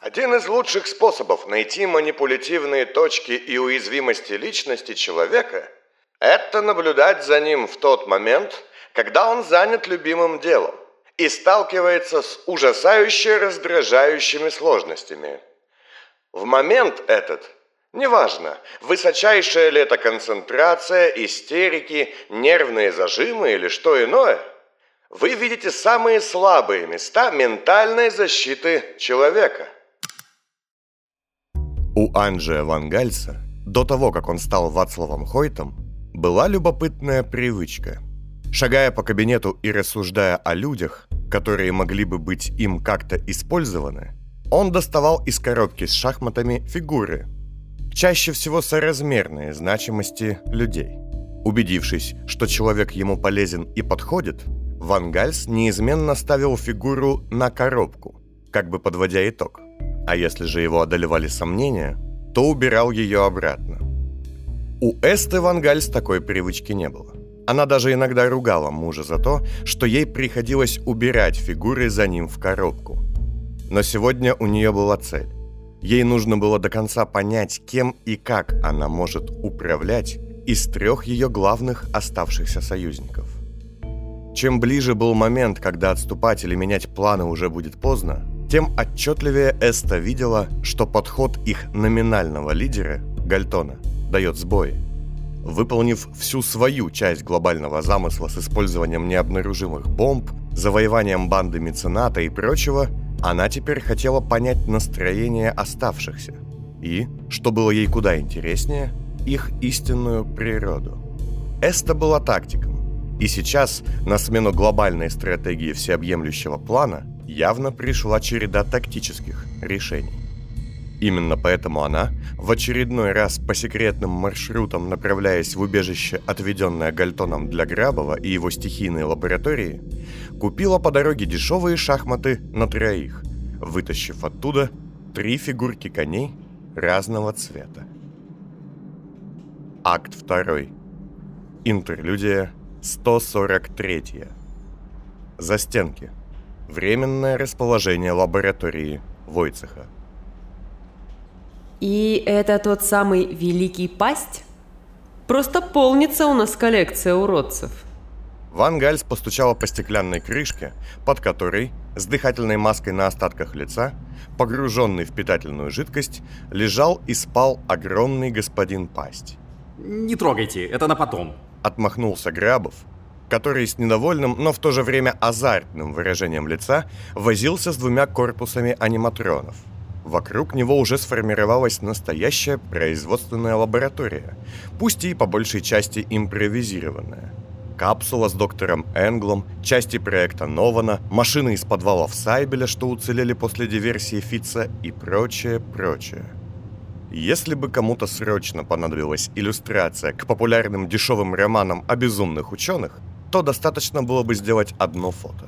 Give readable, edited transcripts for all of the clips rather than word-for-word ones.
Один из лучших способов найти манипулятивные точки и уязвимости личности человека – это наблюдать за ним в тот момент, когда он занят любимым делом и сталкивается с ужасающе раздражающими сложностями. В момент этот, неважно, высочайшая ли это концентрация, истерики, нервные зажимы или что иное, вы видите самые слабые места ментальной защиты человека. У Анджея ван Гальса, до того, как он стал Вацлавом Хойтом, была любопытная привычка. Шагая по кабинету и рассуждая о людях, которые могли бы быть им как-то использованы, он доставал из коробки с шахматами фигуры, чаще всего соразмерные значимости людей. Убедившись, что человек ему полезен и подходит, Ван Гальс неизменно ставил фигуру на коробку, как бы подводя итог. А если же его одолевали сомнения, то убирал ее обратно. У Эсты Ван Гальс такой привычки не было. Она даже иногда ругала мужа за то, что ей приходилось убирать фигуры за ним в коробку. Но сегодня у нее была цель. Ей нужно было до конца понять, кем и как она может управлять из 3 ее главных оставшихся союзников. Чем ближе был момент, когда отступать или менять планы уже будет поздно, тем отчетливее Эста видела, что подход их номинального лидера, Гальтона, дает сбои. Выполнив всю свою часть глобального замысла с использованием необнаружимых бомб, завоеванием банды мецената и прочего, она теперь хотела понять настроение оставшихся и, что было ей куда интереснее, их истинную природу. Эста была тактиком, и сейчас на смену глобальной стратегии всеобъемлющего плана явно пришла череда тактических решений. Именно поэтому она, в очередной раз по секретным маршрутам направляясь в убежище, отведенное Гальтоном для Грабова и его стихийной лаборатории, купила по дороге дешевые шахматы на 3, вытащив оттуда 3 фигурки коней разного цвета. Акт 2. Интерлюдия 143. Застенки. Временное расположение лаборатории Войцеха. И это тот самый Великий Пасть? Просто полнится у нас коллекция уродцев. Ван Гальс постучала по стеклянной крышке, под которой, с дыхательной маской на остатках лица, погруженный в питательную жидкость, лежал и спал огромный господин Пасть. Не трогайте, это на потом. Отмахнулся Грабов, который с недовольным, но в то же время азартным выражением лица возился с 2 корпусами аниматронов. Вокруг него уже сформировалась настоящая производственная лаборатория, пусть и по большей части импровизированная. Капсула с доктором Энглом, части проекта Нована, машины из подвалов Сайбеля, что уцелели после диверсии Фитца и прочее. Если бы кому-то срочно понадобилась иллюстрация к популярным дешевым романам о безумных ученых, то достаточно было бы сделать одно фото.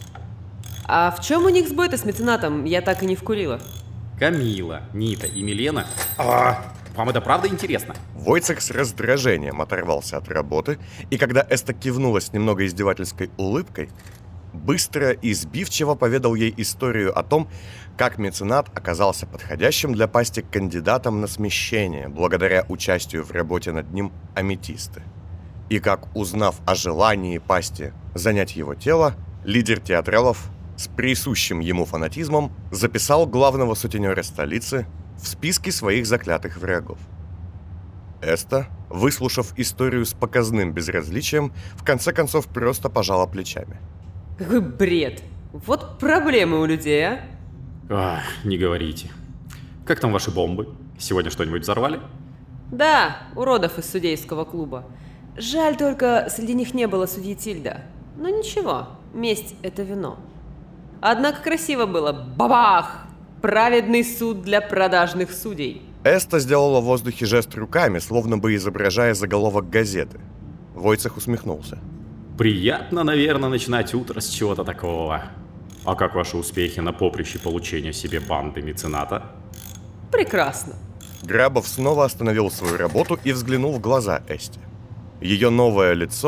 А в чем у них сбой-то с меценатом? Я так и не вкурила. Камила, Нита и Милена. Вам это правда интересно? Войцех с раздражением оторвался от работы, и когда Эста кивнула с немного издевательской улыбкой, быстро и сбивчиво поведал ей историю о том, как меценат оказался подходящим для Пасти кандидатом на смещение благодаря участию в работе над ним аметисты. И как, узнав о желании Пасти занять его тело, лидер театралов с присущим ему фанатизмом записал главного сутенера столицы в списке своих заклятых врагов. Эста, выслушав историю с показным безразличием, в конце концов просто пожала плечами. Какой бред! Вот проблемы у людей, а? Не говорите. Как там ваши бомбы? Сегодня что-нибудь взорвали? Да, уродов из судейского клуба. Жаль только, среди них не было судьи Тильда. Но ничего, месть – это вино. Однако красиво было. Бабах! Праведный суд для продажных судей. Эста сделала в воздухе жест руками, словно бы изображая заголовок газеты. Войцех усмехнулся. Приятно, наверное, начинать утро с чего-то такого. А как ваши успехи на поприще получения себе банды мецената? Прекрасно. Грабов снова остановил свою работу и взглянул в глаза Эсте. Ее новое лицо,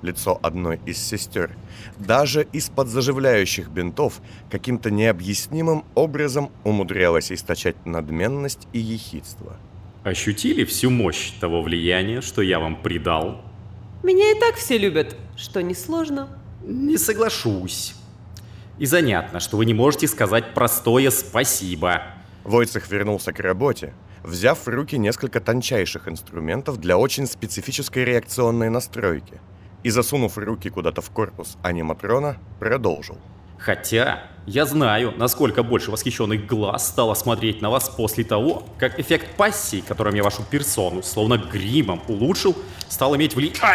лицо одной из сестер, даже из-под заживляющих бинтов каким-то необъяснимым образом умудрялась источать надменность и ехидство. Ощутили всю мощь того влияния, что я вам придал? Меня и так все любят, что несложно. Не соглашусь. И занятно, что вы не можете сказать простое «спасибо». Войцех вернулся к работе, взяв в руки несколько тончайших инструментов для очень специфической реакционной настройки, и, засунув руки куда-то в корпус аниматрона, продолжил. Хотя, я знаю, насколько больше восхищенных глаз стало смотреть на вас после того, как эффект пассии, которым я вашу персону словно гримом улучшил, стал иметь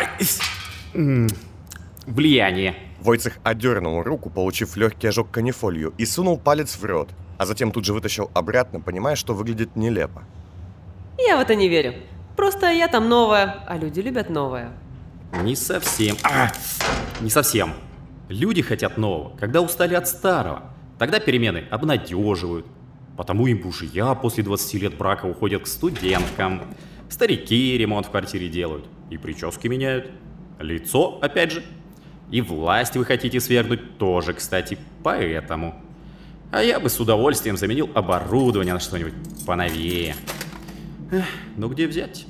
влияние. Войцех одернул руку, получив легкий ожог канифолью, и сунул палец в рот, а затем тут же вытащил обратно, понимая, что выглядит нелепо. Я в это не верю. Просто я там новая, а люди любят новое. Не совсем. Не совсем. Люди хотят нового, когда устали от старого. Тогда перемены обнадеживают. Потому и мужья после 20 лет брака уходят к студенткам. Старики ремонт в квартире делают. И прически меняют. Лицо, опять же. И власть вы хотите свергнуть тоже, кстати, поэтому. А я бы с удовольствием заменил оборудование на что-нибудь поновее. Ну где взять?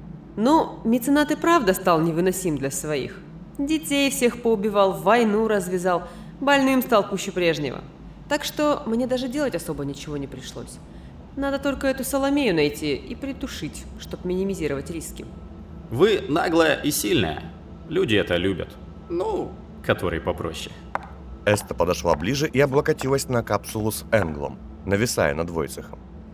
Ну, меценат и правда стал невыносим для своих. Детей всех поубивал, войну развязал, больным стал пуще прежнего. Так что мне даже делать особо ничего не пришлось. Надо только эту Соломею найти и притушить, чтобы минимизировать риски. Вы наглая и сильная. Люди это любят. Ну, которые попроще. Эста подошла ближе и облокотилась на капсулу с Энглом, нависая над Войцехом.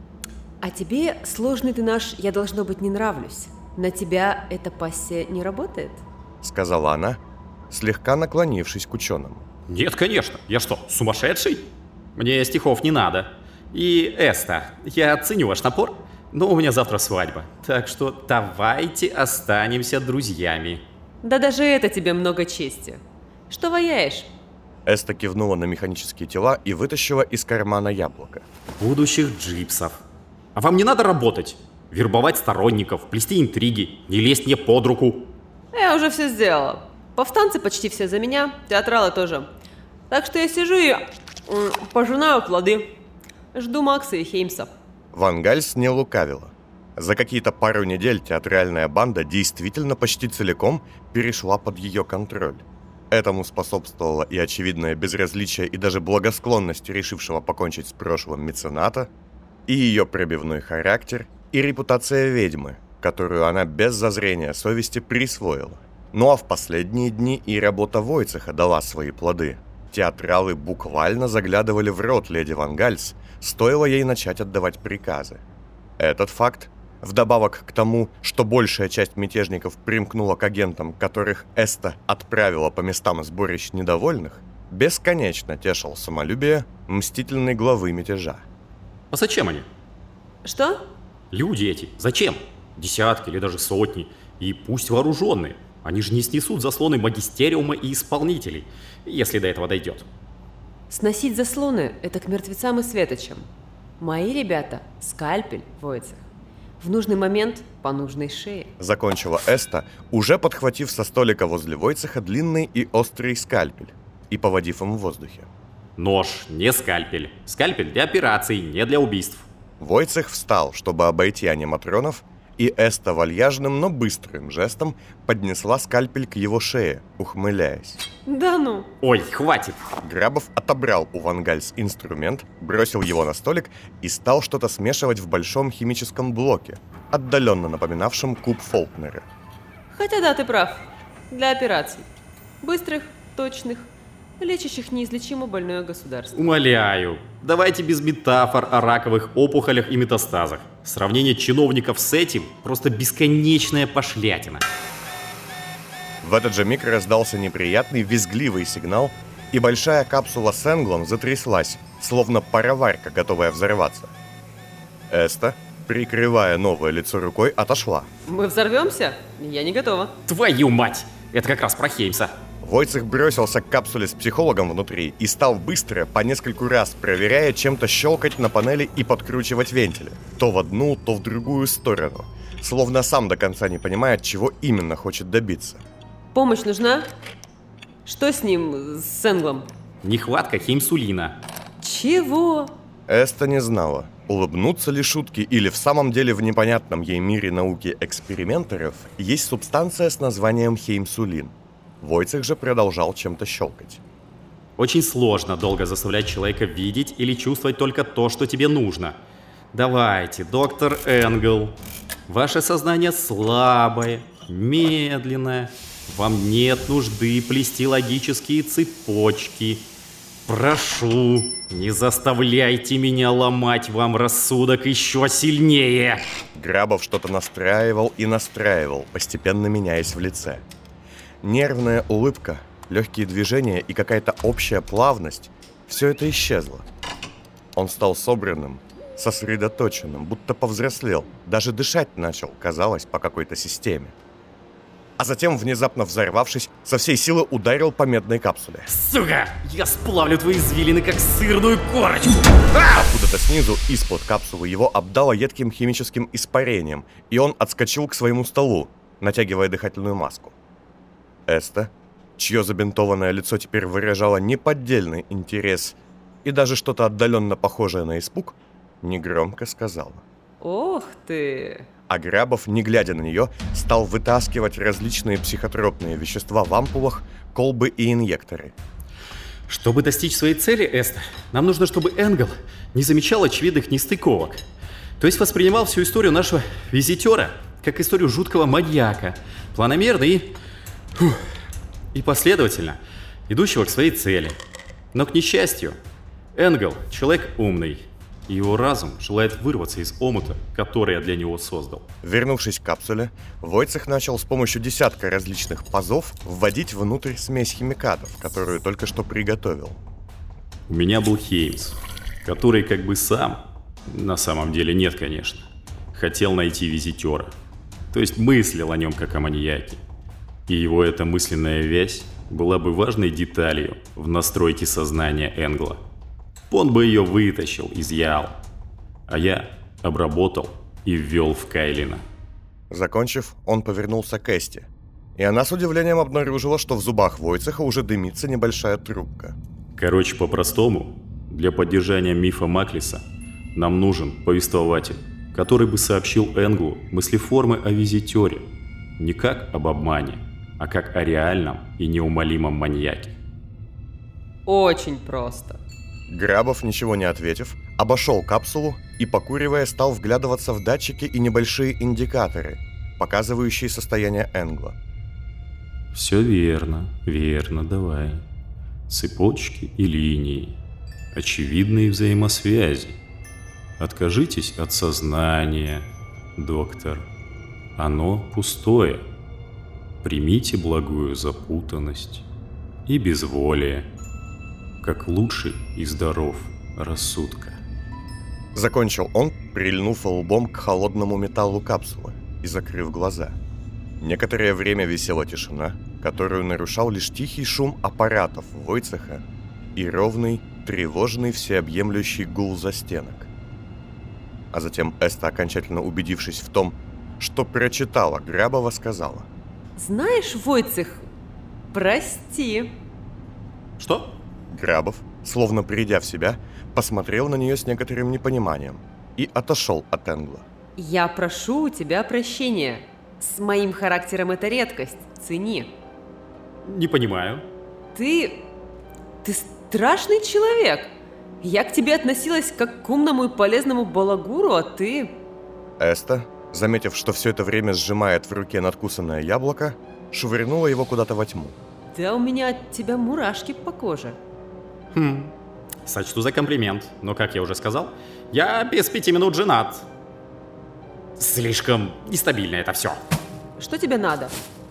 А тебе, сложный ты наш, я, должно быть, не нравлюсь. На тебя эта пассия не работает? Сказала она, слегка наклонившись к ученому. Нет, конечно. Я что, сумасшедший? Мне стихов не надо. И, Эста, я ценю ваш напор, но у меня завтра свадьба. Так что давайте останемся друзьями. Да даже это тебе много чести. Что ваяешь? Эста кивнула на механические тела и вытащила из кармана яблоко. Будущих джипсов. А вам не надо работать? Вербовать сторонников, плести интриги, не лезть мне под руку. Я уже все сделала. Повстанцы почти все за меня, театралы тоже. Так что я сижу и пожинаю плоды. Жду Макса и Хеймса. Ван Гальс не лукавила. За какие-то пару недель театральная банда действительно почти целиком перешла под ее контроль. Этому способствовало и очевидное безразличие и даже благосклонность решившего покончить с прошлым мецената, и ее пробивной характер, и репутация ведьмы, которую она без зазрения совести присвоила. Ну а в последние дни и работа Войцеха дала свои плоды. Театралы буквально заглядывали в рот леди Ван Гальс, стоило ей начать отдавать приказы. Этот факт, вдобавок к тому, что большая часть мятежников примкнула к агентам, которых Эста отправила по местам сборищ недовольных, бесконечно тешил самолюбие мстительной главы мятежа. А зачем они? Что? Люди эти. Зачем? Десятки или даже сотни. И пусть вооруженные. Они же не снесут заслоны магистериума и исполнителей, если до этого дойдет. Сносить заслоны – это к мертвецам и светочам. Мои ребята – скальпель, Войцех. В нужный момент по нужной шее. Закончила Эста, уже подхватив со столика возле Войцеха длинный и острый скальпель и поводив им в воздухе. Нож, не скальпель. Скальпель для операций, не для убийств. Войцех встал, чтобы обойти аниматронов, и Эста вальяжным, но быстрым жестом поднесла скальпель к его шее, ухмыляясь. Да ну! Ой, хватит! Грабов отобрал у Ван Гальс инструмент, бросил его на столик и стал что-то смешивать в большом химическом блоке, отдаленно напоминавшем куб Фолкнера. Хотя да, ты прав. Для операций. Быстрых, точных, лечащих неизлечимо больное государство. Умоляю, давайте без метафор о раковых опухолях и метастазах. Сравнение чиновников с этим просто бесконечная пошлятина. В этот же миг раздался неприятный визгливый сигнал, и большая капсула с Энглом затряслась, словно пароварка, готовая взорваться. Эста, прикрывая новое лицо рукой, отошла. Мы взорвемся? Я не готова. Твою мать! Это как раз про Хеймса. Войцех бросился к капсуле с психологом внутри и стал быстро, по нескольку раз проверяя, чем-то щелкать на панели и подкручивать вентили. То в одну, то в другую сторону. Словно сам до конца не понимает, чего именно хочет добиться. Помощь нужна? Что с ним, с Энглом? Нехватка хеймсулина. Чего? Эста не знала, улыбнуться ли шутки или в самом деле в непонятном ей мире науки экспериментеров есть субстанция с названием хеймсулин. Войцех же продолжал чем-то щелкать. Очень сложно долго заставлять человека видеть или чувствовать только то, что тебе нужно. Давайте, доктор Энгл. Ваше сознание слабое, медленное. Вам нет нужды плести логические цепочки. Прошу, не заставляйте меня ломать вам рассудок еще сильнее. Грабов что-то настраивал и настраивал, постепенно меняясь в лице. Нервная улыбка, легкие движения и какая-то общая плавность – все это исчезло. Он стал собранным, сосредоточенным, будто повзрослел, даже дышать начал, казалось, по какой-то системе. А затем, внезапно взорвавшись, со всей силы ударил по медной капсуле. Сука! Я сплавлю твои извилины, как сырную корочку! Откуда-то снизу, из-под капсулы, его обдало едким химическим испарением, и он отскочил к своему столу, натягивая дыхательную маску. Эста, чье забинтованное лицо теперь выражало неподдельный интерес и даже что-то отдаленно похожее на испуг, негромко сказала. Ох ты! А Грабов, не глядя на нее, стал вытаскивать различные психотропные вещества в ампулах, колбы и инъекторы. Чтобы достичь своей цели, Эста, нам нужно, чтобы Энгл не замечал очевидных нестыковок. То есть воспринимал всю историю нашего визитера как историю жуткого маньяка, планомерно и последовательно идущего к своей цели. Но, к несчастью, Энгл – человек умный, и его разум желает вырваться из омута, который я для него создал. Вернувшись к капсуле, Войцех начал с помощью десятка различных пазов вводить внутрь смесь химикатов, которую только что приготовил. У меня был Хеймс, который как бы сам, на самом деле нет, конечно, хотел найти визитера. То есть мыслил о нем как о маньяке. И его эта мысленная вязь была бы важной деталью в настройке сознания Энгла. Он бы ее вытащил, изъял, а я обработал и ввел в Кайлина. Закончив, он повернулся к Эсте, и она с удивлением обнаружила, что в зубах Войцеха уже дымится небольшая трубка. Короче, по-простому, для поддержания мифа Маклиса нам нужен повествователь, который бы сообщил Энглу мыслеформы о визитере, не как об обмане, а как о реальном и неумолимом маньяке. Очень просто. Грабов, ничего не ответив, обошел капсулу и, покуривая, стал вглядываться в датчики и небольшие индикаторы, показывающие состояние Энгла. Все верно, давай. Цепочки и линии, очевидные взаимосвязи. Откажитесь от сознания, доктор. Оно пустое. Примите благую запутанность и безволие, как лучший из даров рассудка. Закончил он, прильнув лбом к холодному металлу капсулы и закрыв глаза. Некоторое время висела тишина, которую нарушал лишь тихий шум аппаратов Войцеха и ровный, тревожный, всеобъемлющий гул застенок. А затем Эста, окончательно убедившись в том, что прочитала Грабова, сказала: Знаешь, Войцех, прости. Что? Грабов, словно придя в себя, посмотрел на нее с некоторым непониманием и отошел от Энгла. Я прошу у тебя прощения. С моим характером это редкость. Цени. Не понимаю. Ты страшный человек. Я к тебе относилась как к умному и полезному балагуру, а ты... Эста, заметив, что все это время сжимает в руке надкусанное яблоко, швырнула его куда-то во тьму. Да у меня от тебя мурашки по коже. Сочту за комплимент, но, как я уже сказал, я без 5 минут женат. Слишком нестабильно это все. Что тебе надо?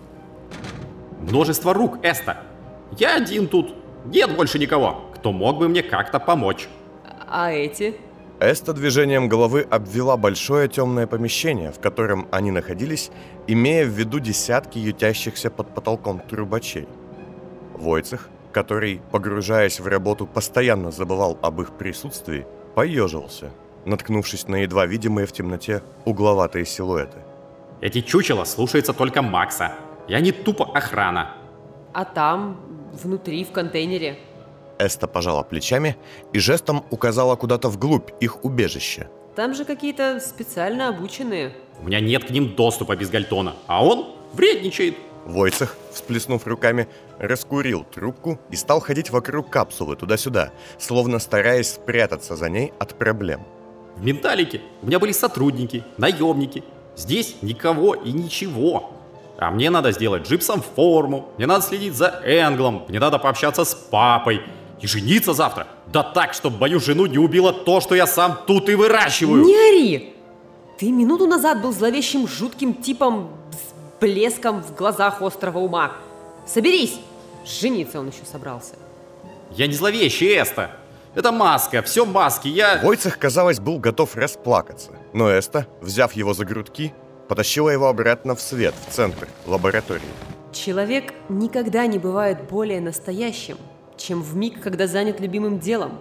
Множество рук, Эста. Я один тут. Нет больше никого, кто мог бы мне как-то помочь. А эти? Эста движением головы обвела большое темное помещение, в котором они находились, имея в виду десятки ютящихся под потолком трубачей. Войцех, который, погружаясь в работу, постоянно забывал об их присутствии, поежился, наткнувшись на едва видимые в темноте угловатые силуэты. Эти чучела слушаются только Макса. И они тупо охрана. А там, внутри, в контейнере. Эста пожала плечами и жестом указала куда-то вглубь их убежища. Там же какие-то специально обученные. У меня нет к ним доступа без Гальтона, а он вредничает. Войцех, всплеснув руками, раскурил трубку и стал ходить вокруг капсулы туда-сюда, словно стараясь спрятаться за ней от проблем. В менталике у меня были сотрудники, наемники. Здесь никого и ничего. А мне надо сделать джипсом форму, мне надо следить за Энглом, мне надо пообщаться с папой и жениться завтра. Да так, чтобы мою жену не убило то, что я сам тут и выращиваю. Не ори! Ты минуту назад был зловещим, жутким типом с блеском в глазах острого ума. Соберись! Жениться он еще собрался. Я не зловещий, Эста. Это маска, все маски, я... Войцех, казалось, был готов расплакаться, но Эста, взяв его за грудки, потащила его обратно в свет, в центр лаборатории. Человек никогда не бывает более настоящим, чем в миг, когда занят любимым делом.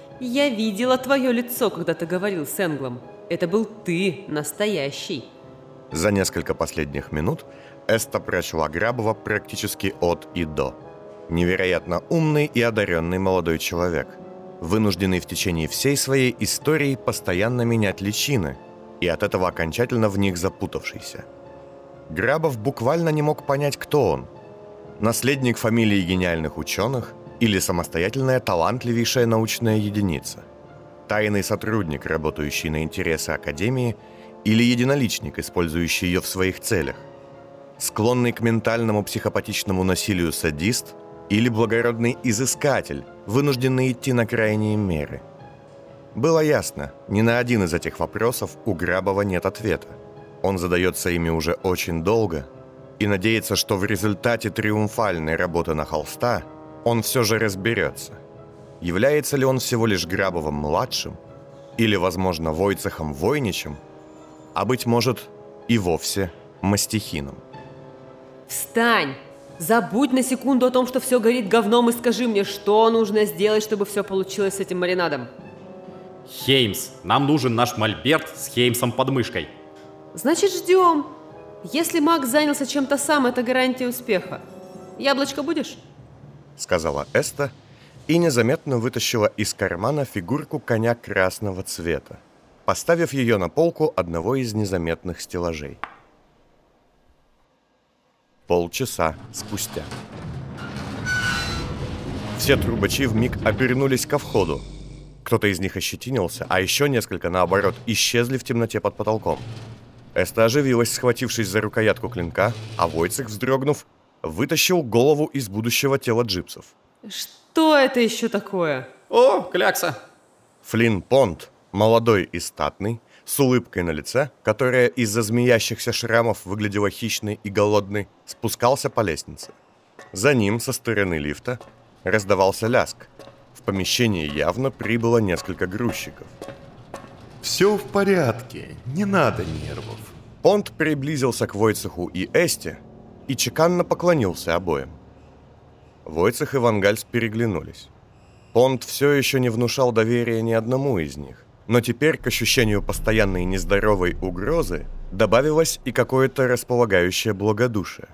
Я видела твое лицо, когда ты говорил с Энглом. Это был ты, настоящий. За несколько последних минут Эста прочла Грабова практически от и до. Невероятно умный и одаренный молодой человек, вынужденный в течение всей своей истории постоянно менять личины, и от этого окончательно в них запутавшийся. Грабов буквально не мог понять, кто он. Наследник фамилии гениальных ученых или самостоятельная талантливейшая научная единица. Тайный сотрудник, работающий на интересы Академии, или единоличник, использующий ее в своих целях. Склонный к ментальному психопатичному насилию садист или благородный изыскатель, вынужденный идти на крайние меры. Было ясно, ни на один из этих вопросов у Грабова нет ответа. Он задается ими уже очень долго и надеется, что в результате триумфальной работы на холста он все же разберется. Является ли он всего лишь Грабовым-младшим или, возможно, Войцехом-Войничем, а, быть может, и вовсе Мастихином. Встань! Забудь на секунду о том, что все горит говном, и скажи мне, что нужно сделать, чтобы все получилось с этим маринадом. Хеймс, нам нужен наш мольберт с Хеймсом под мышкой. Значит, ждем. Если маг занялся чем-то сам, это гарантия успеха. Яблочко будешь? Сказала Эста и незаметно вытащила из кармана фигурку коня красного цвета, поставив ее на полку одного из незаметных стеллажей. Полчаса спустя. Все трубачи вмиг обернулись ко входу. Кто-то из них ощетинился, а еще несколько, наоборот, исчезли в темноте под потолком. Эста оживилась, схватившись за рукоятку клинка, а Войцех, вздрогнув, вытащил голову из будущего тела джипсов. Что это еще такое? О, клякса. Флинн Понт, молодой и статный, с улыбкой на лице, которая из-за змеящихся шрамов выглядела хищной и голодной, спускался по лестнице. За ним, со стороны лифта, раздавался ляск. В помещении явно прибыло несколько грузчиков. Все в порядке, не надо нервов. Понт приблизился к Войцеху и Эсте и чеканно поклонился обоим. Войцех и Ван Гальс переглянулись. Понт все еще не внушал доверия ни одному из них, но теперь к ощущению постоянной нездоровой угрозы добавилось и какое-то располагающее благодушие.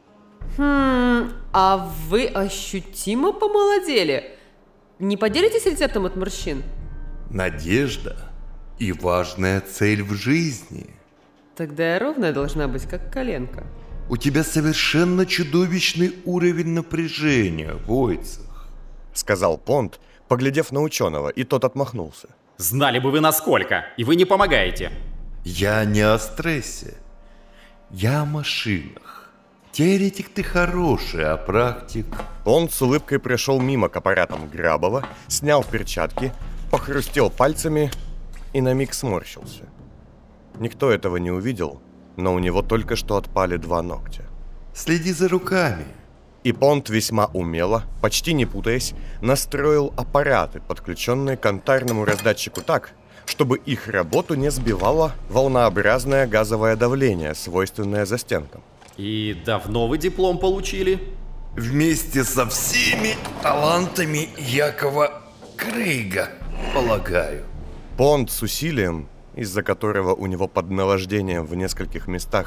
А вы ощутимо помолодели. Не поделитесь рецептом от морщин? Надежда и важная цель в жизни. Тогда я ровная должна быть, как коленка. У тебя совершенно чудовищный уровень напряжения, Войцех. Сказал Понт, поглядев на ученого, и тот отмахнулся. Знали бы вы насколько, и вы не помогаете. Я не о стрессе. Я о машинах. Теоретик ты хороший, а практик... Понт с улыбкой прошел мимо к аппаратам Грабова, снял перчатки, похрустел пальцами и на миг сморщился. Никто этого не увидел, но у него только что отпали 2 ногтя. Следи за руками. И Понт весьма умело, почти не путаясь, настроил аппараты, подключенные к антарному раздатчику так, чтобы их работу не сбивало волнообразное газовое давление, свойственное застенкам. И давно вы диплом получили? Вместе со всеми талантами Якова Крейга, полагаю. Понт с усилием, из-за которого у него под наваждением в нескольких местах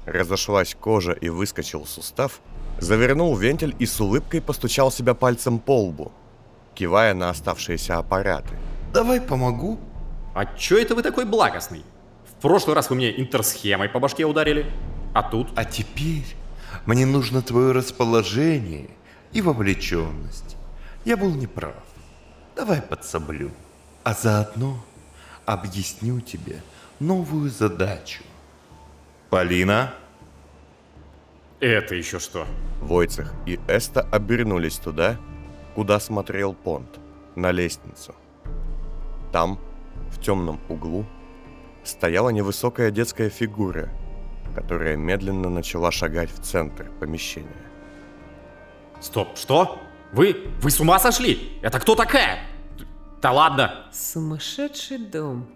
разошлась кожа и выскочил сустав, завернул вентиль и с улыбкой постучал себя пальцем по лбу, кивая на оставшиеся аппараты. Давай помогу. А чё это вы такой благостный? В прошлый раз вы мне интерсхемой по башке ударили, а тут... А теперь мне нужно твое расположение и вовлеченность. Я был неправ. Давай подсоблю. А заодно объясню тебе новую задачу. Полина? Это еще что? Войцех и Эста обернулись туда, куда смотрел Понт, на лестницу. Там, в темном углу, стояла невысокая детская фигура, которая медленно начала шагать в центр помещения. Стоп, что? Вы с ума сошли? Это кто такая? Да ладно! Сумасшедший дом.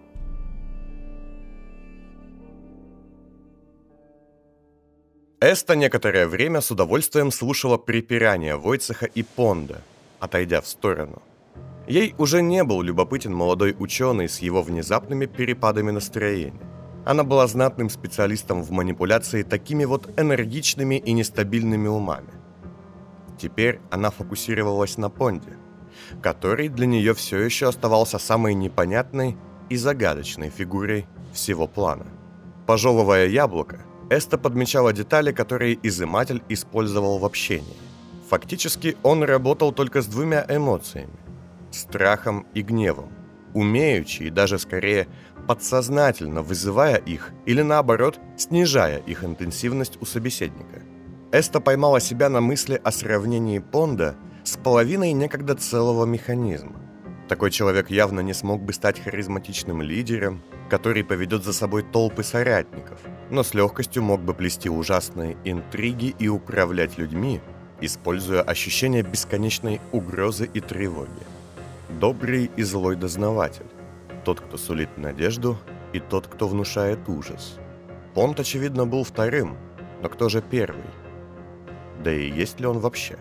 Эста некоторое время с удовольствием слушала припирания Войцеха и Понда, отойдя в сторону. Ей уже не был любопытен молодой ученый с его внезапными перепадами настроения. Она была знатным специалистом в манипуляции такими вот энергичными и нестабильными умами. Теперь она фокусировалась на Понде, который для нее все еще оставался самой непонятной и загадочной фигурой всего плана. Пожевывая яблоко, Эста подмечала детали, которые изыматель использовал в общении. Фактически он работал только с двумя эмоциями – страхом и гневом, умеючи и даже скорее подсознательно вызывая их или наоборот снижая их интенсивность у собеседника. Эста поймала себя на мысли о сравнении Понда с половиной некогда целого механизма. Такой человек явно не смог бы стать харизматичным лидером, который поведет за собой толпы соратников, но с легкостью мог бы плести ужасные интриги и управлять людьми, используя ощущение бесконечной угрозы и тревоги. Добрый и злой дознаватель. Тот, кто сулит надежду, и тот, кто внушает ужас. Понт, очевидно, был вторым, но кто же первый? Да и есть ли он вообще?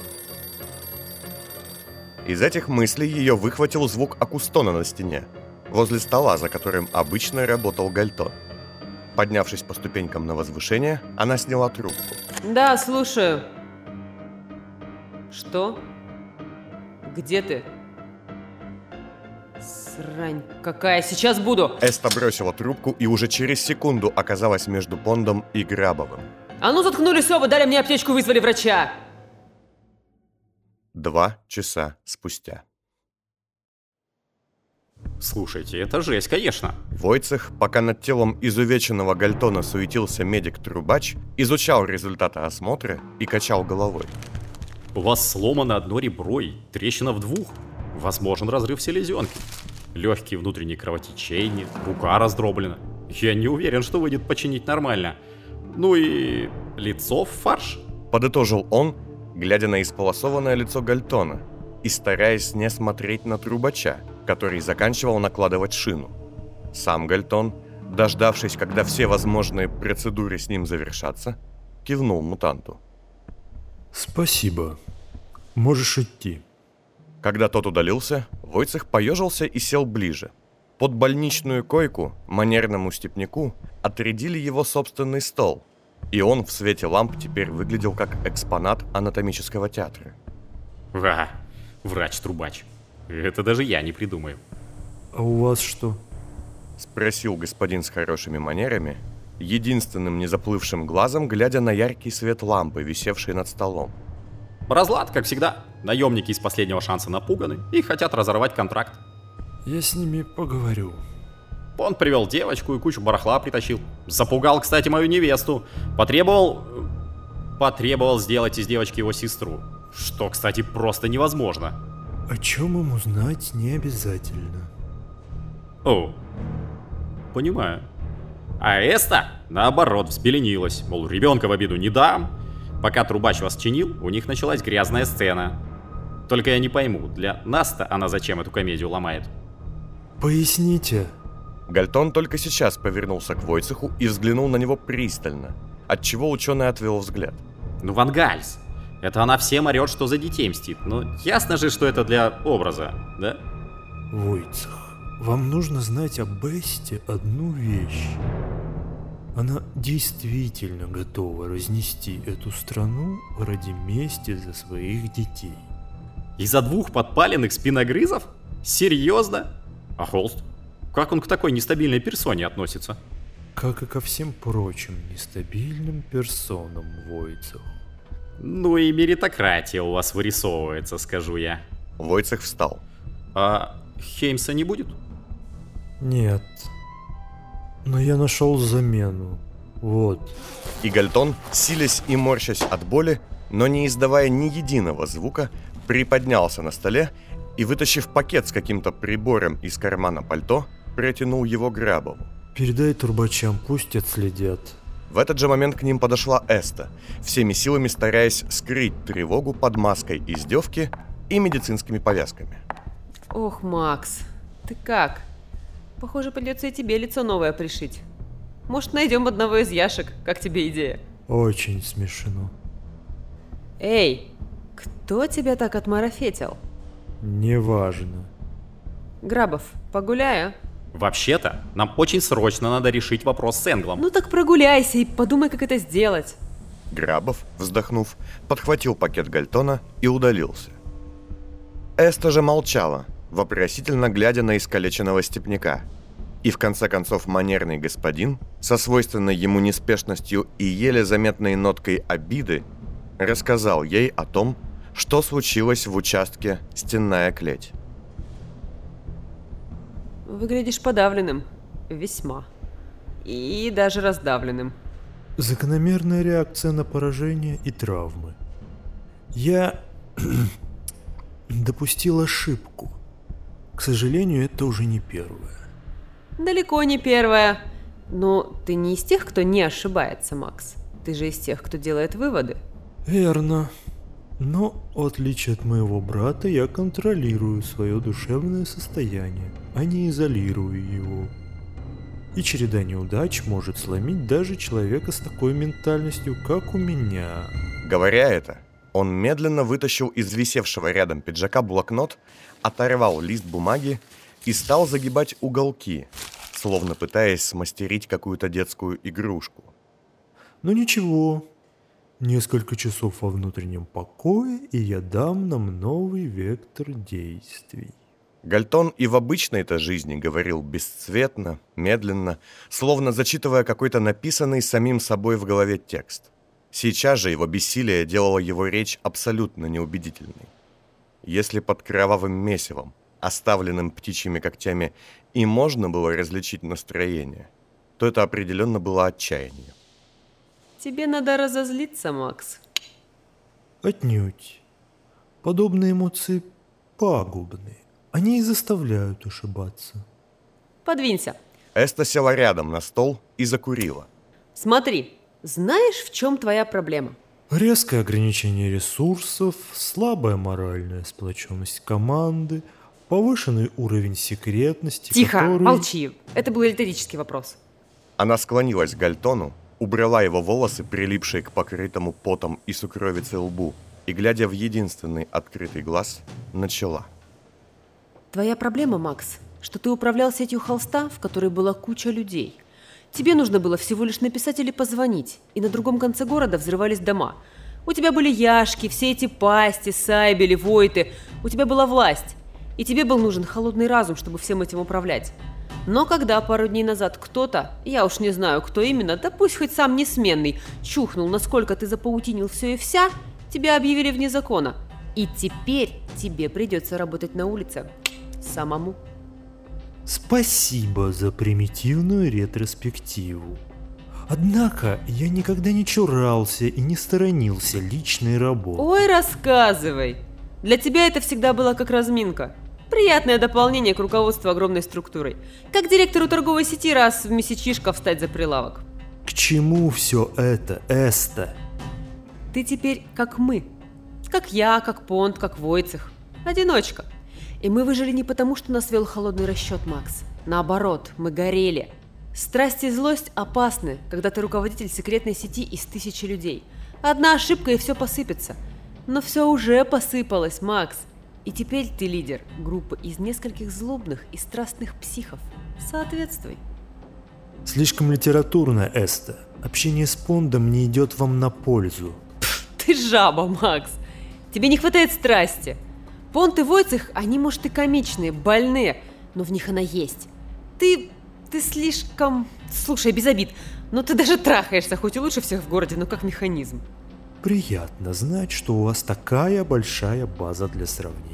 Из этих мыслей ее выхватил звук акустона на стене, возле стола, за которым обычно работал Гальтон. Поднявшись по ступенькам на возвышение, она сняла трубку. Да, слушаю. Что? Где ты? Срань какая, сейчас буду! Эста бросила трубку и уже через секунду оказалась между Пондом и Грабовым. А ну заткнулись оба, дали мне аптечку, вызвали врача! 2 часа спустя. Слушайте, это жесть, конечно. Войцех, пока над телом изувеченного Гальтона суетился медик-трубач, изучал результаты осмотра и качал головой. У вас сломано одно ребро и трещина в двух. Возможен разрыв селезенки. Легкие внутренние кровотечения, рука раздроблена. Я не уверен, что выйдет починить нормально. Ну и лицо в фарш. Подытожил он, глядя на исполосованное лицо Гальтона и стараясь не смотреть на трубача, который заканчивал накладывать шину. Сам Гальтон, дождавшись, когда все возможные процедуры с ним завершатся, кивнул мутанту. «Спасибо. Можешь идти». Когда тот удалился, Войцех поежился и сел ближе. Под больничную койку манерному степняку отрядили его собственный стол, и он в свете ламп теперь выглядел как экспонат анатомического театра. Врач-трубач. Это даже я не придумаю. «А у вас что?» — спросил господин с хорошими манерами, единственным незаплывшим глазом глядя на яркий свет лампы, висевшей над столом. Разлад, как всегда. Наемники из последнего шанса напуганы и хотят разорвать контракт. «Я с ними поговорю». Он привел девочку и кучу барахла притащил. Запугал, кстати, мою невесту. Потребовал сделать из девочки его сестру. Что, кстати, просто невозможно. О чем им узнать не обязательно. О, понимаю. А Эста, наоборот, взбеленилась. Мол, ребенка в обиду не дам. Пока трубач вас чинил, у них началась грязная сцена. Только я не пойму, для нас-то она зачем эту комедию ломает? «Поясните». Гальтон только сейчас повернулся к Войцеху и взглянул на него пристально, отчего ученый отвел взгляд. Ну, Ван Гальс, это она всем орет, что за детей мстит. Ну, ясно же, что это для образа, да? «Войцех, вам нужно знать об Эсте одну вещь. Она действительно готова разнести эту страну ради мести за своих детей. Из-за 2 подпаленных спиногрызов? Серьезно? А Холст? Как он к такой нестабильной персоне относится? Как и ко всем прочим нестабильным персонам в Войцах. Ну и меритократия у вас вырисовывается, скажу я. Войцех встал. А Хеймса не будет? Нет. Но я нашел замену. Вот. И Гальтон, силясь и морщась от боли, но не издавая ни единого звука, приподнялся на столе и, вытащив пакет с каким-то прибором из кармана пальто, протянул его Грабову. Передай трубачам, пусть отследят. В этот же момент к ним подошла Эста, всеми силами стараясь скрыть тревогу под маской издевки и медицинскими повязками. Ох, Макс, ты как? Похоже, придется и тебе лицо новое пришить. Может, найдем одного из Яшек, как тебе идея? Очень смешно. Эй, кто тебя так отмарафетил? Неважно. Грабов, погуляй, а? Вообще-то, нам очень срочно надо решить вопрос с Энглом. Ну так прогуляйся и подумай, как это сделать. Грабов, вздохнув, подхватил пакет Гальтона и удалился. Эста же молчала, вопросительно глядя на искалеченного степняка. И в конце концов манерный господин, со свойственной ему неспешностью и еле заметной ноткой обиды, рассказал ей о том, что случилось в участке «Стенная клеть». Выглядишь подавленным. Весьма. И даже раздавленным. Закономерная реакция на поражение и травмы. Я допустил ошибку. К сожалению, это уже не первое. Далеко не первая. Но ты не из тех, кто не ошибается, Макс. Ты же из тех, кто делает выводы. Верно. Но, в отличие от моего брата, я контролирую свое душевное состояние, а не изолирую его. И череда неудач может сломить даже человека с такой ментальностью, как у меня. Говоря это, он медленно вытащил из висевшего рядом пиджака блокнот, оторвал лист бумаги и стал загибать уголки, словно пытаясь смастерить какую-то детскую игрушку. Но ничего. Несколько часов во внутреннем покое, и я дам нам новый вектор действий. Гальтон и в обычной-то жизни говорил бесцветно, медленно, словно зачитывая какой-то написанный самим собой в голове текст. Сейчас же его бессилие делало его речь абсолютно неубедительной. Если под кровавым месивом, оставленным птичьими когтями, и можно было различить настроение, то это определенно было отчаяние. Тебе надо разозлиться, Макс. Отнюдь. Подобные эмоции пагубны. Они и заставляют ошибаться. Подвинься. Эста села рядом на стол и закурила. Смотри, знаешь, в чем твоя проблема? Резкое ограничение ресурсов, слабая моральная сплоченность команды, повышенный уровень секретности, Тихо, который... молчи. Это был риторический вопрос. Она склонилась к Гальтону, убрала его волосы, прилипшие к покрытому потом и сукровицей лбу, и, глядя в единственный открытый глаз, начала. Твоя проблема, Макс, что ты управлял сетью холста, в которой была куча людей. Тебе нужно было всего лишь написать или позвонить, и на другом конце города взрывались дома. У тебя были Яшки, все эти Пасти, Сайбели, Войты. У тебя была власть. И тебе был нужен холодный разум, чтобы всем этим управлять. Но когда пару дней назад кто-то, я уж не знаю, кто именно, да пусть хоть сам несменный, чухнул, насколько ты запаутинил все и вся, тебя объявили вне закона. И теперь тебе придется работать на улице самому. Спасибо за примитивную ретроспективу. Однако я никогда не чурался и не сторонился личной работы. Ой, рассказывай. Для тебя это всегда было как разминка. Приятное дополнение к руководству огромной структурой. Как директору торговой сети раз в месячишко встать за прилавок. К чему все это, Эста? Ты теперь как мы. Как я, как Понт, как Войцех. Одиночка. И мы выжили не потому, что нас вел холодный расчет, Макс. Наоборот, мы горели. Страсть и злость опасны, когда ты руководитель секретной сети из 1000 людей. Одна ошибка и все посыпется. Но все уже посыпалось, Макс. И теперь ты лидер группы из нескольких злобных и страстных психов. Соответствуй. Слишком литературно, Эста. Общение с Пондом не идет вам на пользу. Ты жаба, Макс. Тебе не хватает страсти. Понт и Войцех, они, может, и комичные, больные, но в них она есть. Ты слишком... Слушай, без обид, но ты даже трахаешься, хоть и лучше всех в городе, но как механизм. Приятно знать, что у вас такая большая база для сравнения.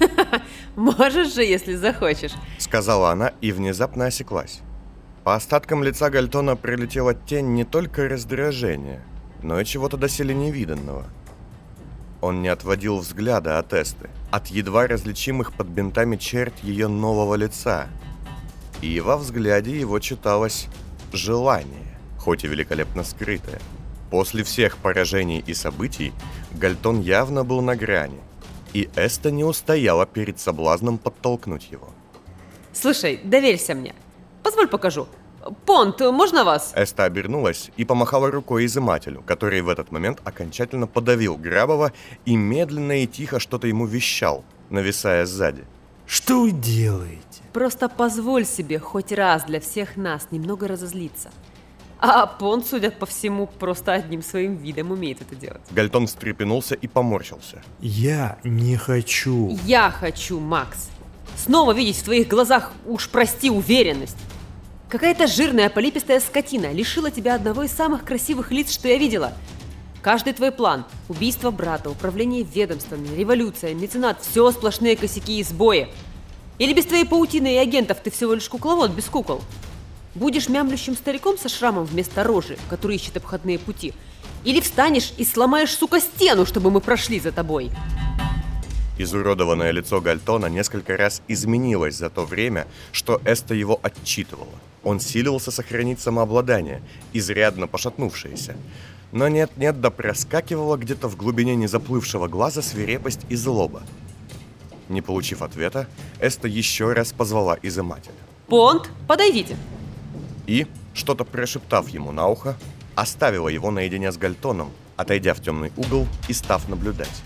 Можешь же, если захочешь. Сказала она и внезапно осеклась. По остаткам лица Гальтона прилетела тень не только раздражения, но и чего-то доселе невиданного. Он не отводил взгляда от Эсты, от едва различимых под бинтами черт ее нового лица. И во взгляде его читалось желание, хоть и великолепно скрытое. После всех поражений и событий Гальтон явно был на грани, и Эста не устояла перед соблазном подтолкнуть его. Слушай, доверься мне. Позволь покажу. Понт, можно вас? Эста обернулась и помахала рукой изымателю, который в этот момент окончательно подавил Грабова и медленно и тихо что-то ему вещал, нависая сзади. Что вы делаете? Просто позволь себе хоть раз для всех нас немного разозлиться. А Понт, судя по всему, просто одним своим видом умеет это делать. Гальтон встрепенулся и поморщился. Я не хочу. Я хочу, Макс. Снова видеть в твоих глазах, уж прости, уверенность. Какая-то жирная полипистая скотина лишила тебя одного из самых красивых лиц, что я видела. Каждый твой план, убийство брата, управление ведомствами, революция, меценат, все сплошные косяки и сбои. Или без твоей паутины и агентов ты всего лишь кукловод без кукол? Будешь мямлющим стариком со шрамом вместо рожи, который ищет обходные пути? Или встанешь и сломаешь, сука, стену, чтобы мы прошли за тобой? Изуродованное лицо Гальтона несколько раз изменилось за то время, что Эста его отчитывала. Он силился сохранить самообладание, изрядно пошатнувшееся. Но нет-нет, да проскакивала где-то в глубине незаплывшего глаза свирепость и злоба. Не получив ответа, Эста еще раз позвала изымателя. Понт, подойдите. И, что-то прошептав ему на ухо, оставила его наедине с Гальтоном, отойдя в темный угол и став наблюдать.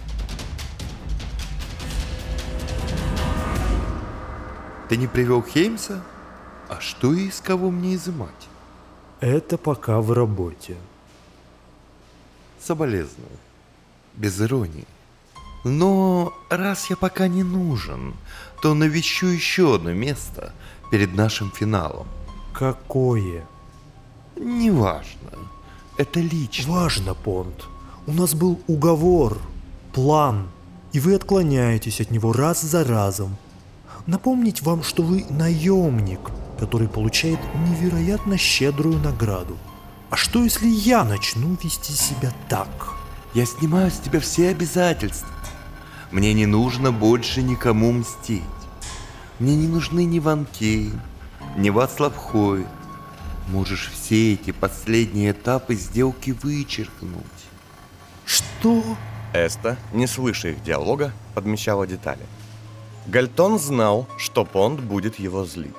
Ты не привел Хеймса? А что и из кого мне изымать? Это пока в работе. Соболезную. Без иронии. Но раз я пока не нужен, то навещу еще одно место перед нашим финалом. Какое? Неважно. Это лично. Важно, Понт. У нас был уговор, план, и вы отклоняетесь от него раз за разом. Напомнить вам, что вы наемник, который получает невероятно щедрую награду. А что, если я начну вести себя так? Я снимаю с тебя все обязательства. Мне не нужно больше никому мстить. Мне не нужны ни Ван Кейн, ни Вацлав Хойт. Можешь все эти последние этапы сделки вычеркнуть. Что? Эста, не слыша их диалога, подмечала детали. Гальтон знал, что Понт будет его злить.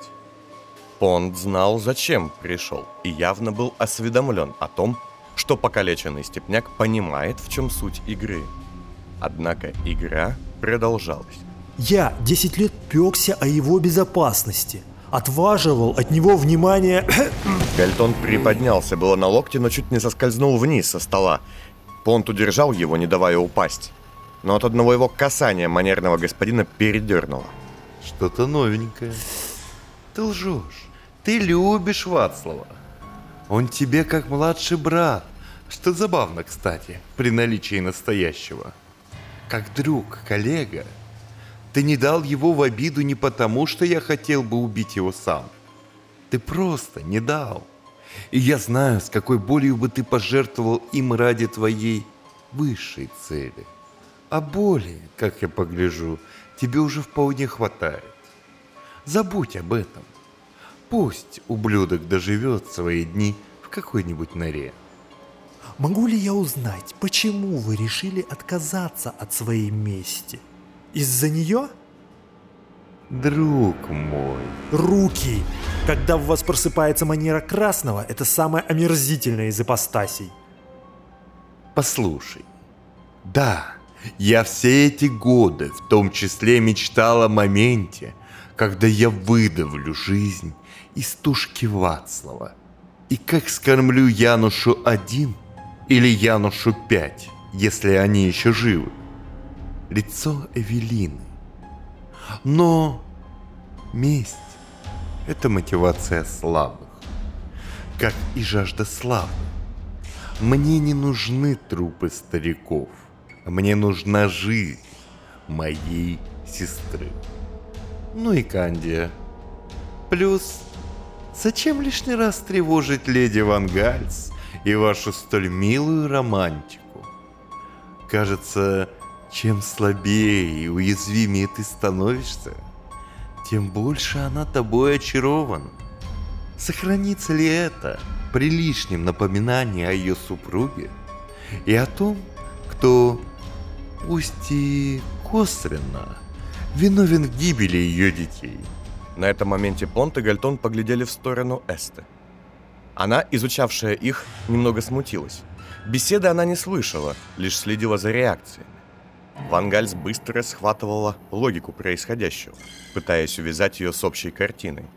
Понт знал, зачем пришел, и явно был осведомлен о том, что покалеченный степняк понимает, в чем суть игры. Однако игра продолжалась. Я 10 лет пекся о его безопасности, отваживал от него внимание... Гальтон приподнялся было на локте, но чуть не соскользнул вниз со стола. Понт удержал его, не давая упасть. Но от одного его касания манерного господина передернуло. Что-то новенькое. Ты лжешь. Ты любишь Вацлава. Он тебе как младший брат. Что забавно, кстати, при наличии настоящего. Как друг, коллега. Ты не дал его в обиду не потому, что я хотел бы убить его сам. Ты просто не дал. И я знаю, с какой болью бы ты пожертвовал им ради твоей высшей цели. А боли, как я погляжу, тебе уже вполне хватает. Забудь об этом. Пусть ублюдок доживет свои дни в какой-нибудь норе. Могу ли я узнать, почему вы решили отказаться от своей мести? Из-за нее? Друг мой. Руки! Когда в вас просыпается манера красного, это самая омерзительная из ипостасей. Послушай. Да, я все эти годы в том числе мечтал о моменте, когда я выдавлю жизнь из тушки Вацлава. И как скормлю Янушу 1 или Янушу 5, если они еще живы? Лицо Эвелины. Но месть – это мотивация слабых, как и жажда славы. Мне не нужны трупы стариков, мне нужна жизнь моей сестры. Ну и Кандия. Плюс, зачем лишний раз тревожить леди Ван Гальс и вашу столь милую романтику? Кажется, чем слабее и уязвимее ты становишься, тем больше она тобой очарована. Сохранится ли это при лишнем напоминании о ее супруге и о том, кто, пусть и косвенно, виновен в гибели ее детей? На этом моменте Понт и Гальтон поглядели в сторону Эсты. Она, изучавшая их, немного смутилась. Беседы она не слышала, лишь следила за реакциями. Ван Гальс быстро схватывала логику происходящего, пытаясь увязать ее с общей картиной.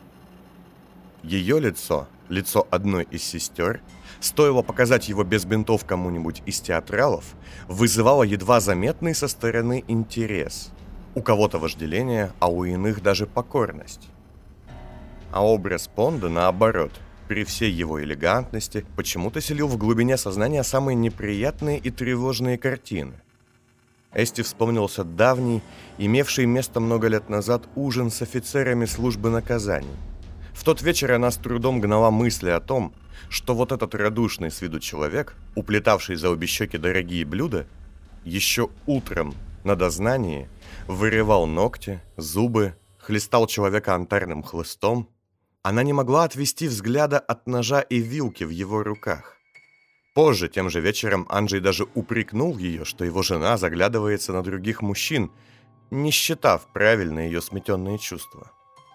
Ее лицо, лицо одной из сестер, стоило показать его без бинтов кому-нибудь из театралов, вызывало едва заметный со стороны интерес. У кого-то вожделение, а у иных даже покорность. А образ Понда, наоборот, при всей его элегантности, почему-то селил в глубине сознания самые неприятные и тревожные картины. Эсте вспомнился давний, имевший место много лет назад ужин с офицерами службы наказаний. В тот вечер она с трудом гнала мысли о том, что вот этот радушный с виду человек, уплетавший за обе щеки дорогие блюда, еще утром на дознании вырывал ногти, зубы, хлестал человека антарным хлыстом. Она не могла отвести взгляда от ножа и вилки в его руках. Позже, тем же вечером, Анджей даже упрекнул ее, что его жена заглядывается на других мужчин, не считав правильно ее сметенные чувства.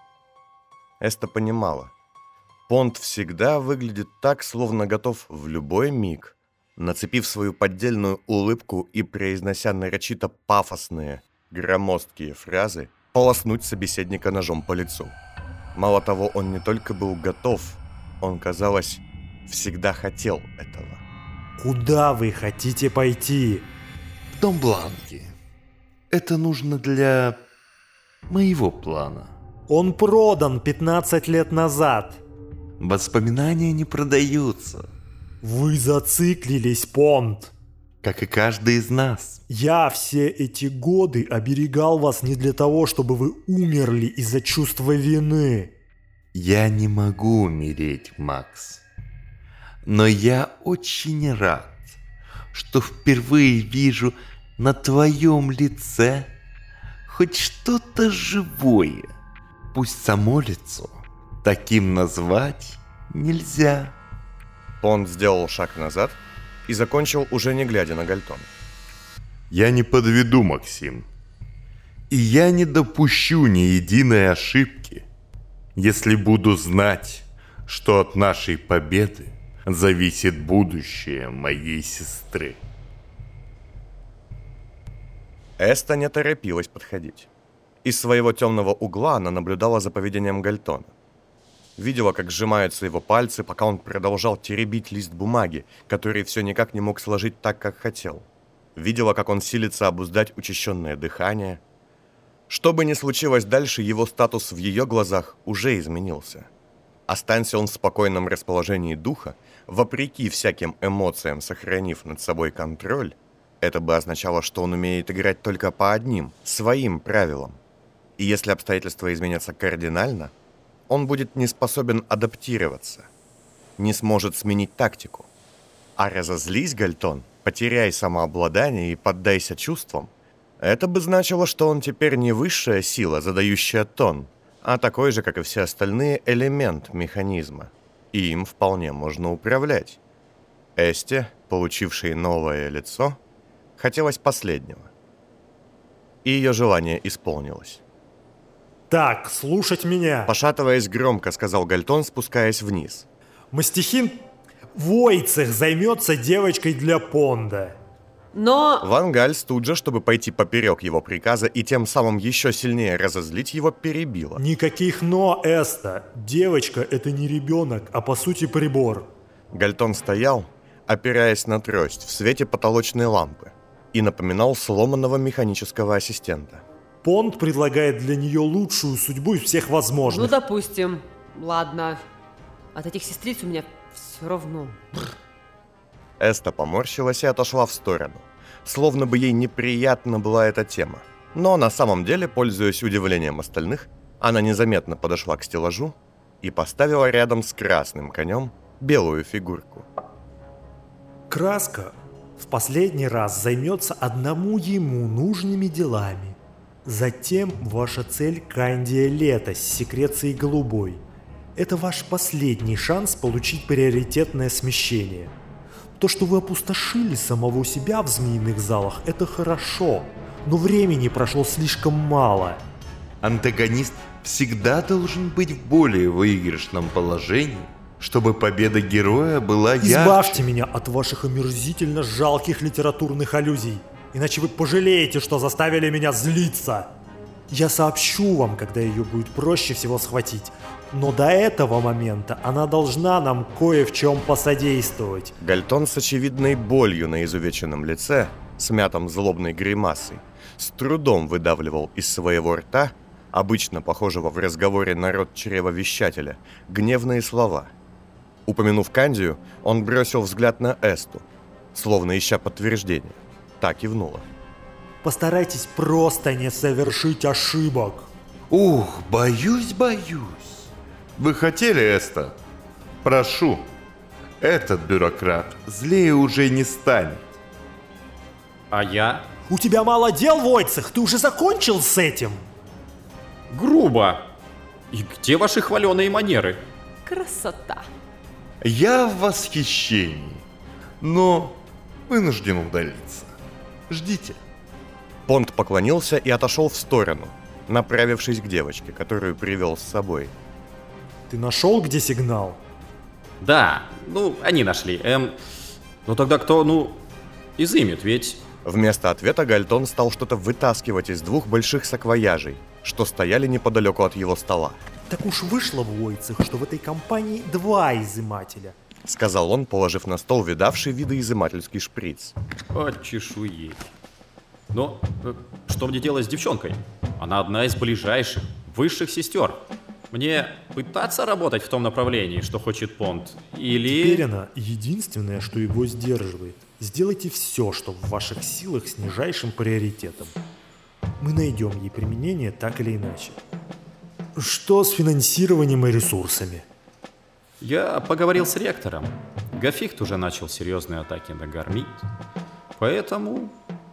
Эста понимала. Понт всегда выглядит так, словно готов в любой миг, нацепив свою поддельную улыбку и произнося нарочито пафосные, громоздкие фразы, полоснуть собеседника ножом по лицу. Мало того, он не только был готов, он, казалось, всегда хотел этого. Куда вы хотите пойти? В дом Бланки. Это нужно для моего плана. Он продан 15 лет назад. Воспоминания не продаются. Вы зациклились, Понт. Как и каждый из нас. Я все эти годы оберегал вас не для того, чтобы вы умерли из-за чувства вины. Я не могу умереть, Макс. Но я очень рад, что впервые вижу на твоем лице хоть что-то живое. Пусть само лицо таким назвать нельзя. Понт сделал шаг назад и закончил, уже не глядя на Гальтона. Я не подведу, Максим. И я не допущу ни единой ошибки, если буду знать, что от нашей победы зависит будущее моей сестры. Эста не торопилась подходить. Из своего темного угла она наблюдала за поведением Гальтона. Видела, как сжимаются его пальцы, пока он продолжал теребить лист бумаги, который все никак не мог сложить так, как хотел. Видела, как он силится обуздать учащенное дыхание. Что бы ни случилось дальше, его статус в ее глазах уже изменился. Останься он в спокойном расположении духа, вопреки всяким эмоциям сохранив над собой контроль, это бы означало, что он умеет играть только по одним, своим правилам. И если обстоятельства изменятся кардинально, он будет не способен адаптироваться, не сможет сменить тактику. А разозлись, Гальтон, потеряй самообладание и поддайся чувствам, это бы значило, что он теперь не высшая сила, задающая тон, а такой же, как и все остальные, элемент механизма. И им вполне можно управлять. Эсте, получившей новое лицо, хотелось последнего. И ее желание исполнилось. Так, слушать меня. Пошатываясь громко, сказал Гальтон, спускаясь вниз. Мастихин Войцех займется девочкой для Понда. Но... Ван Гальс тут же, чтобы пойти поперек его приказа и тем самым еще сильнее разозлить его, перебила. Никаких «но», Эста. Девочка — это не ребенок, а по сути прибор. Гальтон стоял, опираясь на трость в свете потолочной лампы, и напоминал сломанного механического ассистента. Понт предлагает для нее лучшую судьбу из всех Ну, возможных. допустим. Ладно. От этих сестриц у меня все равно. Эста поморщилась и отошла в сторону, словно бы ей неприятна была эта тема. Но на самом деле, пользуясь удивлением остальных, она незаметно подошла к стеллажу и поставила рядом с красным конем белую фигурку. Краска в последний раз займется одному ему нужными делами. Затем ваша цель – Кандия Лето с секрецией голубой. Это ваш последний шанс получить приоритетное смещение. То, что вы опустошили самого себя в змеиных залах, это хорошо, но времени прошло слишком мало. Антагонист всегда должен быть в более выигрышном положении, чтобы победа героя была ярче. Избавьте меня от ваших омерзительно жалких литературных аллюзий, иначе вы пожалеете, что заставили меня злиться. Я сообщу вам, когда ее будет проще всего схватить, но до этого момента она должна нам кое в чем посодействовать. Гальтон с очевидной болью на изувеченном лице, смятом злобной гримасой, с трудом выдавливал из своего рта, обычно похожего в разговоре на рот чревовещателя, гневные слова. Упомянув Кандию, он бросил взгляд на Эсту, словно ища подтверждения. Та кивнула. Постарайтесь просто не совершить ошибок. Ух, боюсь. Вы хотели, Эста? Прошу. Этот бюрократ злее уже не станет. А я? У тебя мало дел, Войцех, ты уже закончил с этим? Грубо. И где ваши хваленые манеры? Красота. Я в восхищении, но вынужден удалиться. Ждите. Понт поклонился и отошел в сторону, направившись к девочке, которую привел с собой. Ты нашел, где сигнал? Да, они нашли. Но тогда кто, изымет, ведь... Вместо ответа Гальтон стал что-то вытаскивать из двух больших саквояжей, что стояли неподалеку от его стола. Так уж вышло, Войцех, что в этой компании два изымателя. Сказал он, положив на стол видавший виды изымательский шприц. От чешуи. Но что мне делать с девчонкой? Она одна из ближайших, высших сестер. Мне пытаться работать в том направлении, что хочет Понт, или... Теперь она единственное, что его сдерживает. Сделайте все, что в ваших силах с нижайшим приоритетом. Мы найдем ей применение так или иначе. Что с финансированием и ресурсами? Я поговорил с ректором. Гафихт уже начал серьезные атаки на Гармит. Поэтому...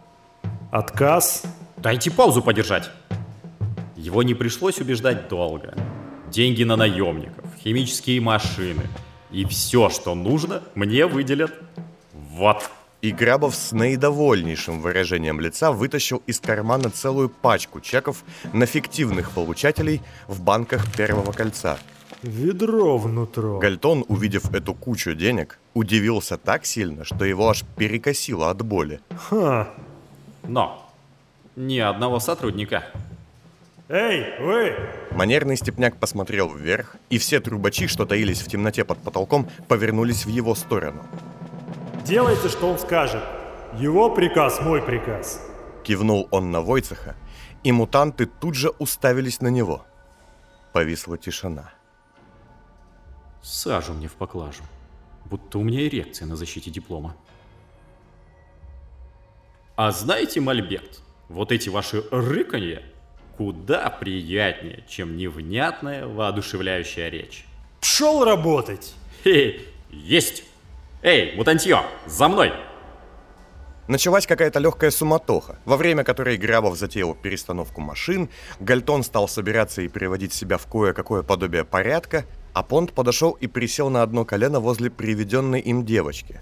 Отказ? Дайте паузу подержать. Его не пришлось убеждать долго. Деньги на наемников, химические машины. И все, что нужно, мне выделят. Вот. И Грабов с наидовольнейшим выражением лица вытащил из кармана целую пачку чеков на фиктивных получателей в банках Первого кольца. Ведро внутрь. Гальтон, увидев эту кучу денег, удивился так сильно, что его аж перекосило от боли. Ха. Но ни одного сотрудника. Эй, вы! Манерный степняк посмотрел вверх, и все трубачи, что таились в темноте под потолком, повернулись в его сторону. Делайте, что он скажет. Его приказ, мой приказ. Кивнул он на Войцеха, и мутанты тут же уставились на него. Повисла тишина. Сажу мне в поклажу. Будто у меня эрекция на защите диплома. А знаете, Мальберт, вот эти ваши рыканья куда приятнее, чем невнятная, воодушевляющая речь. Пшел работать! Есть! Эй, мутантье, за мной! Началась какая-то легкая суматоха, во время которой Грабов затеял перестановку машин, Гальтон стал собираться и приводить себя в кое-какое подобие порядка, а Понт подошел и присел на одно колено возле приведенной им девочки.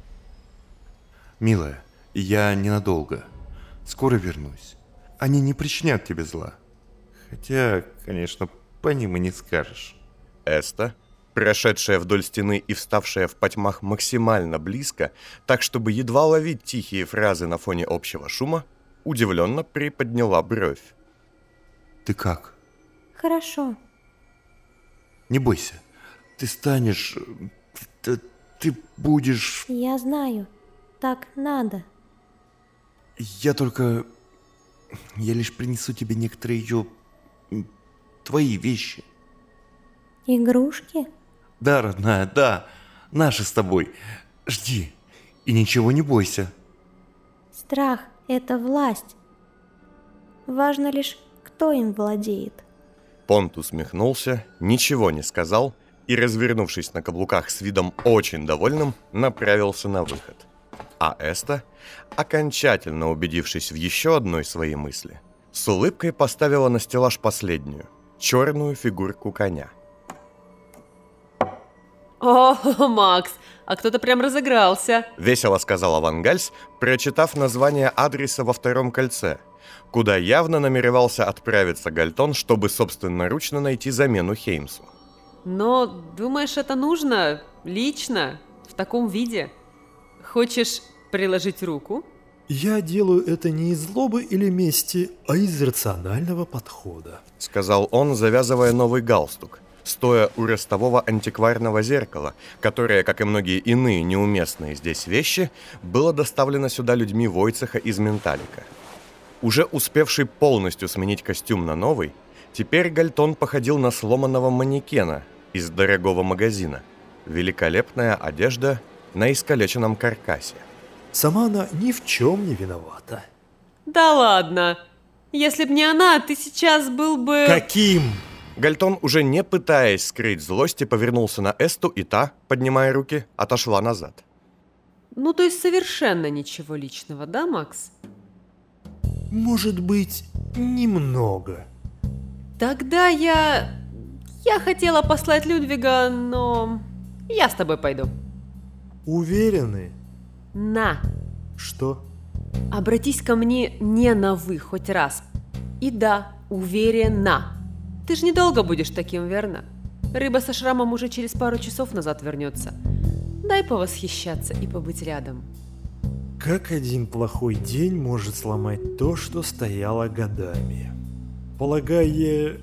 Милая, я ненадолго. Скоро вернусь. Они не причинят тебе зла. Хотя, конечно, по ним и не скажешь. Эста? Прошедшая вдоль стены и вставшая в потьмах максимально близко, так чтобы едва ловить тихие фразы на фоне общего шума, удивленно приподняла бровь. Ты как? Хорошо. Не бойся. Ты станешь... Ты будешь... Я знаю. Так надо. Я лишь принесу тебе некоторые ее... твои вещи. Игрушки? Да, родная, да. Наши с тобой. Жди. И ничего не бойся. Страх – это власть. Важно лишь, кто им владеет. Понт усмехнулся, ничего не сказал и, развернувшись на каблуках с видом очень довольным, направился на выход. А Эста, окончательно убедившись в еще одной своей мысли, с улыбкой поставила на стеллаж последнюю, черную фигурку коня. О, Макс, а кто-то прям разыгрался. Весело сказала Ван Гальс, прочитав название адреса во втором кольце, куда явно намеревался отправиться Гальтон, чтобы собственноручно найти замену Хеймсу. Но думаешь, это нужно? Лично? В таком виде? Хочешь приложить руку? Я делаю это не из злобы или мести, а из рационального подхода. Сказал он, завязывая новый галстук, стоя у ростового антикварного зеркала, которое, как и многие иные неуместные здесь вещи, было доставлено сюда людьми Войцеха из Менталика. Уже успевший полностью сменить костюм на новый, теперь Гальтон походил на сломанного манекена из дорогого магазина. Великолепная одежда на искалеченном каркасе. Сама она ни в чем не виновата. Да ладно. Если б не она, ты сейчас был бы... Каким? Гальтон, уже не пытаясь скрыть злости, повернулся на Эсту, и та, поднимая руки, отошла назад. Ну, то есть совершенно ничего личного, да, Макс? Может быть, немного. Тогда я хотела послать Людвига, но я с тобой пойду. Уверены? На, Что? обратись ко мне не на «вы» хоть раз. И да, уверена. Ты ж недолго будешь таким, верно? Рыба со шрамом уже через пару часов назад вернется. Дай повосхищаться и побыть рядом. Как один плохой день может сломать то, что стояло годами? Полагаешь,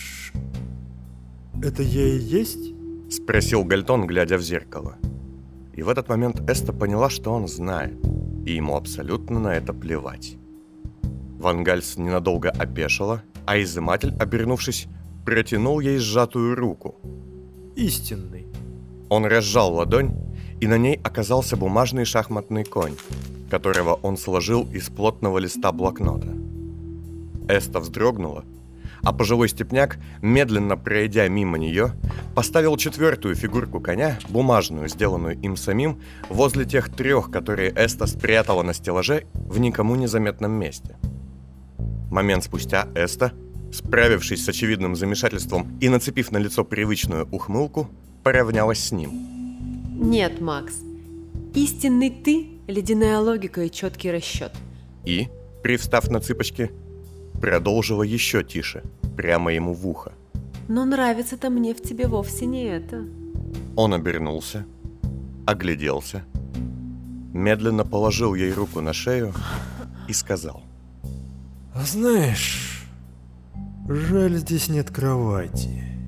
это я и есть? Спросил Гальтон, глядя в зеркало. И в этот момент Эста поняла, что он знает, и ему абсолютно на это плевать. Ван Гальс ненадолго опешила, а изыматель, обернувшись, протянул ей сжатую руку. Истинный. Он разжал ладонь, и на ней оказался бумажный шахматный конь, которого он сложил из плотного листа блокнота. Эста вздрогнула, а пожилой степняк, медленно пройдя мимо нее, поставил четвертую фигурку коня, бумажную, сделанную им самим, возле тех трех, которые Эста спрятала на стеллаже в никому незаметном месте. Момент спустя Эста, справившись с очевидным замешательством и нацепив на лицо привычную ухмылку, поравнялась с ним. Нет, Макс. Истинный ты – ледяная логика и четкий расчет. И, привстав на цыпочки, продолжила еще тише, прямо ему в ухо. Но нравится-то мне в тебе вовсе не это. Он обернулся, огляделся, медленно положил ей руку на шею и сказал: Знаешь, жаль, здесь нет кровати.